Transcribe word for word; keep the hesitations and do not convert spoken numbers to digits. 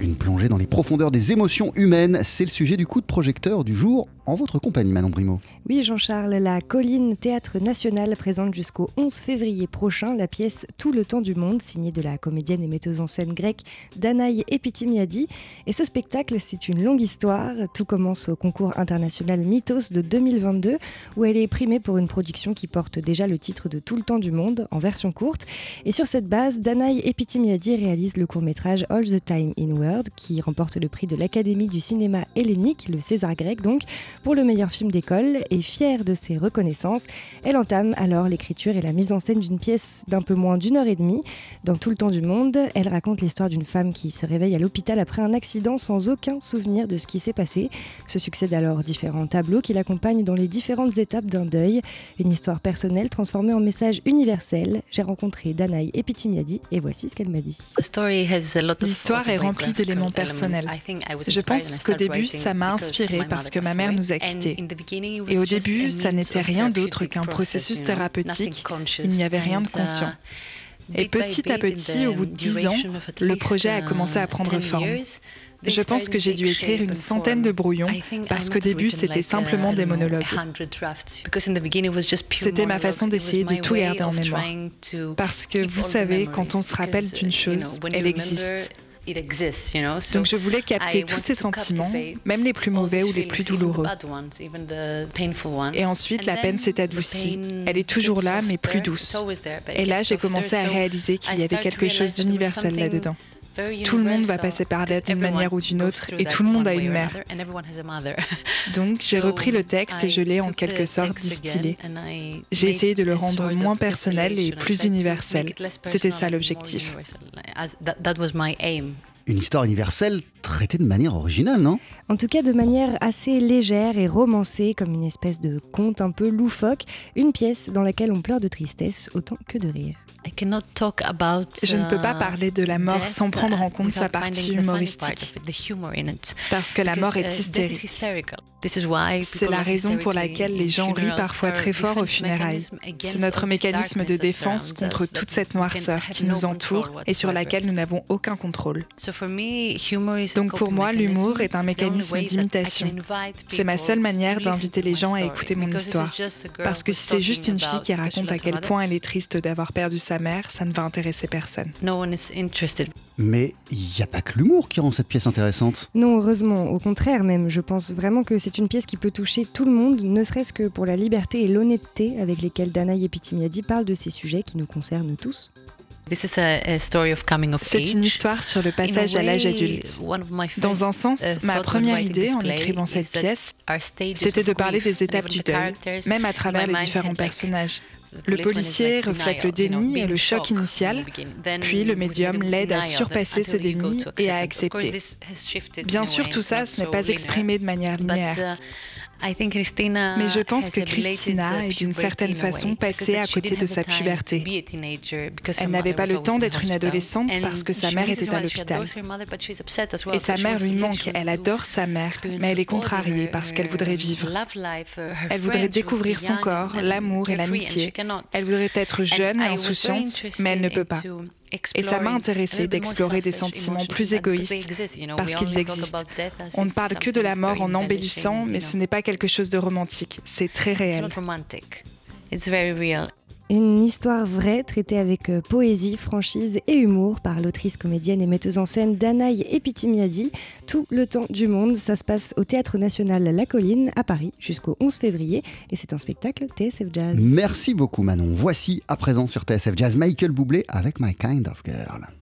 Une plongée dans les profondeurs des émotions humaines, c'est le sujet du coup de projecteur du jour en votre compagnie, Manon Brimaud. Oui, Jean-Charles, la Colline Théâtre National présente jusqu'au onze février prochain la pièce Tout le temps du monde, signée de la comédienne et metteuse en scène grecque Danaï Epitimiadi. Et ce spectacle, c'est une longue histoire. Tout commence au concours international Mythos de deux mille vingt-deux, où elle est primée pour une production qui porte déjà le titre de Tout le temps du monde, en version courte. Et sur cette base, Danaï Epitimiadi réalise le court-métrage All the Time in World, qui remporte le prix de l'Académie du cinéma hellénique, le César grec donc, pour le meilleur film d'école. Et fière de ses reconnaissances, elle entame alors l'écriture et la mise en scène d'une pièce d'un peu moins d'une heure et demie. Dans Tout le temps du monde, elle raconte l'histoire d'une femme qui se réveille à l'hôpital après un accident sans aucun souvenir de ce qui s'est passé. Se succèdent alors différents tableaux qui l'accompagnent dans les différentes étapes d'un deuil. Une histoire personnelle transformée en message universel. J'ai rencontré Danaï Epitimiadi et voici ce qu'elle m'a dit. L'histoire est remplie d'éléments personnels. Je pense qu'au début, ça m'a inspirée parce que ma mère nous a quittés. Et au début, ça n'était rien d'autre qu'un processus thérapeutique. Il n'y avait rien de conscient. Et petit à petit, au bout de dix ans, le projet a commencé à prendre forme. Je pense que j'ai dû écrire une centaine de brouillons parce qu'au début, c'était simplement des monologues. C'était ma façon d'essayer de tout garder en mémoire. Parce que vous savez, quand on se rappelle d'une chose, elle existe. Donc je voulais capter tous ces sentiments, même les plus mauvais ou les plus douloureux. Et ensuite, la peine s'est adoucie. Elle est toujours là, mais plus douce. Et là, j'ai commencé à réaliser qu'il y avait quelque chose d'universel là-dedans. Tout le monde va passer par là d'une manière ou d'une autre, et tout le monde a une mère. Donc j'ai repris le texte et je l'ai en quelque sorte distillé. J'ai essayé de le rendre moins personnel et plus universel. C'était ça l'objectif. Une histoire universelle traitée de manière originale, non ? En tout cas de manière assez légère et romancée, comme une espèce de conte un peu loufoque, une pièce dans laquelle on pleure de tristesse autant que de rire. Je ne peux pas parler de la mort sans prendre en compte sa partie humoristique, parce que la mort est hystérique. C'est la raison pour laquelle les gens rient parfois très fort aux funérailles. C'est notre mécanisme de défense contre toute cette noirceur qui nous entoure et sur laquelle nous n'avons aucun contrôle. Donc pour moi, l'humour est un mécanisme d'imitation. C'est ma seule manière d'inviter les gens à écouter mon histoire. Parce que si c'est juste une fille qui raconte à quel point elle est triste d'avoir perdu sa mère, ça ne va intéresser personne. Mais il n'y a pas que l'humour qui rend cette pièce intéressante. Non, heureusement, au contraire même. Je pense vraiment que c'est une pièce qui peut toucher tout le monde, ne serait-ce que pour la liberté et l'honnêteté avec lesquelles Danaï Epitimiadi parle de ces sujets qui nous concernent tous. C'est une histoire sur le passage à l'âge adulte. Dans un sens, ma première idée en écrivant cette pièce, c'était de parler des étapes du deuil, même à travers les différents personnages. Le policier reflète le déni et le choc initial, puis le médium l'aide à surpasser ce déni et à accepter. Bien sûr, tout ça, ce n'est pas exprimé de manière linéaire. Mais je pense que Christina est d'une certaine façon passée à côté de sa puberté. Elle n'avait pas le temps d'être une adolescente parce que sa mère était à l'hôpital. Et sa mère lui manque, elle adore sa mère, mais elle est contrariée parce qu'elle voudrait vivre. Elle voudrait découvrir son corps, l'amour et l'amitié. Elle voudrait être jeune et insouciante, mais elle ne peut pas. Et ça m'a intéressée d'explorer des sentiments plus égoïstes, parce qu'ils existent. On ne parle que de la mort en embellissant, mais ce n'est pas quelque chose de romantique, c'est très réel. Une histoire vraie, traitée avec euh, poésie, franchise et humour par l'autrice, comédienne et metteuse en scène Danaï Epitimiadi. Tout le temps du monde, ça se passe au Théâtre National La Colline à Paris jusqu'au onze février et c'est un spectacle T S F Jazz. Merci beaucoup Manon. Voici à présent sur T S F Jazz Michael Bublé avec My Kind of Girl.